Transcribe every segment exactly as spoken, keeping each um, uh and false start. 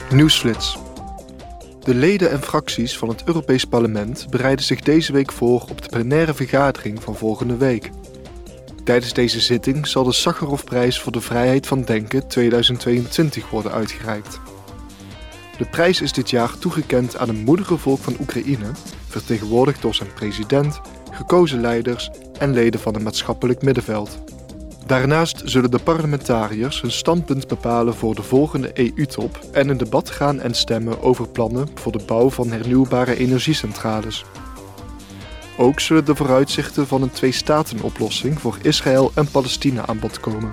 Nieuwsflits. De leden en fracties van het Europees Parlement bereiden zich deze week voor op de plenaire vergadering van volgende week. Tijdens deze zitting zal de Sakharovprijs voor de vrijheid van denken tweeduizend tweeëntwintig worden uitgereikt. De prijs is dit jaar toegekend aan een moederenvolk van Oekraïne, vertegenwoordigd door zijn president, gekozen leiders en leden van het maatschappelijk middenveld. Daarnaast zullen de parlementariërs hun standpunt bepalen voor de volgende E U-top en in debat gaan en stemmen over plannen voor de bouw van hernieuwbare energiecentrales. Ook zullen de vooruitzichten van een twee-staten-oplossing voor Israël en Palestina aan bod komen.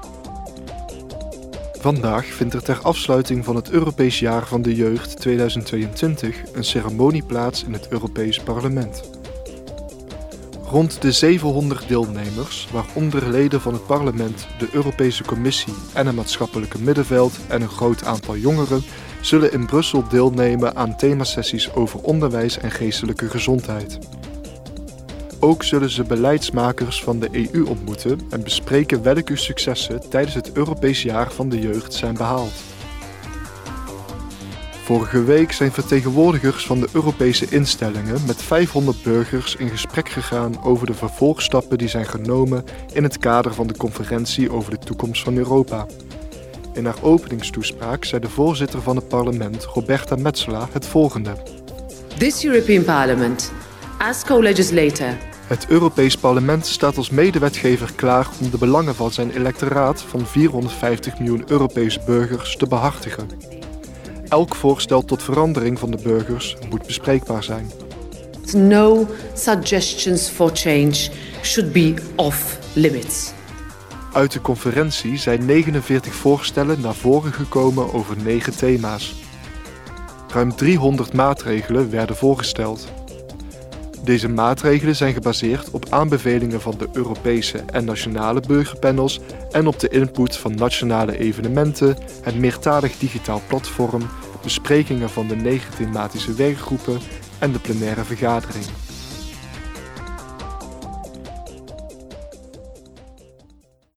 Vandaag vindt er ter afsluiting van het Europees Jaar van de Jeugd tweeduizend tweeëntwintig een ceremonie plaats in het Europees Parlement. Rond de zevenhonderd deelnemers, waaronder leden van het parlement, de Europese Commissie en het maatschappelijke middenveld en een groot aantal jongeren, zullen in Brussel deelnemen aan themasessies over onderwijs en geestelijke gezondheid. Ook zullen ze beleidsmakers van de E U ontmoeten en bespreken welke successen tijdens het Europees Jaar van de Jeugd zijn behaald. Vorige week zijn vertegenwoordigers van de Europese instellingen met vijfhonderd burgers in gesprek gegaan over de vervolgstappen die zijn genomen in het kader van de conferentie over de toekomst van Europa. In haar openingstoespraak zei de voorzitter van het parlement, Roberta Metsola, het volgende. This European Parliament, as co-legislator. Het Europees Parlement staat als medewetgever klaar om de belangen van zijn electoraat van vierhonderdvijftig miljoen Europese burgers te behartigen. Elk voorstel tot verandering van de burgers moet bespreekbaar zijn. No suggestions for change should be off limits. Uit de conferentie zijn negenenveertig voorstellen naar voren gekomen over negen thema's. Ruim driehonderd maatregelen werden voorgesteld. Deze maatregelen zijn gebaseerd op aanbevelingen van de Europese en nationale burgerpanels en op de input van nationale evenementen, het meertalig digitaal platform, besprekingen van de negen thematische werkgroepen en de plenaire vergadering.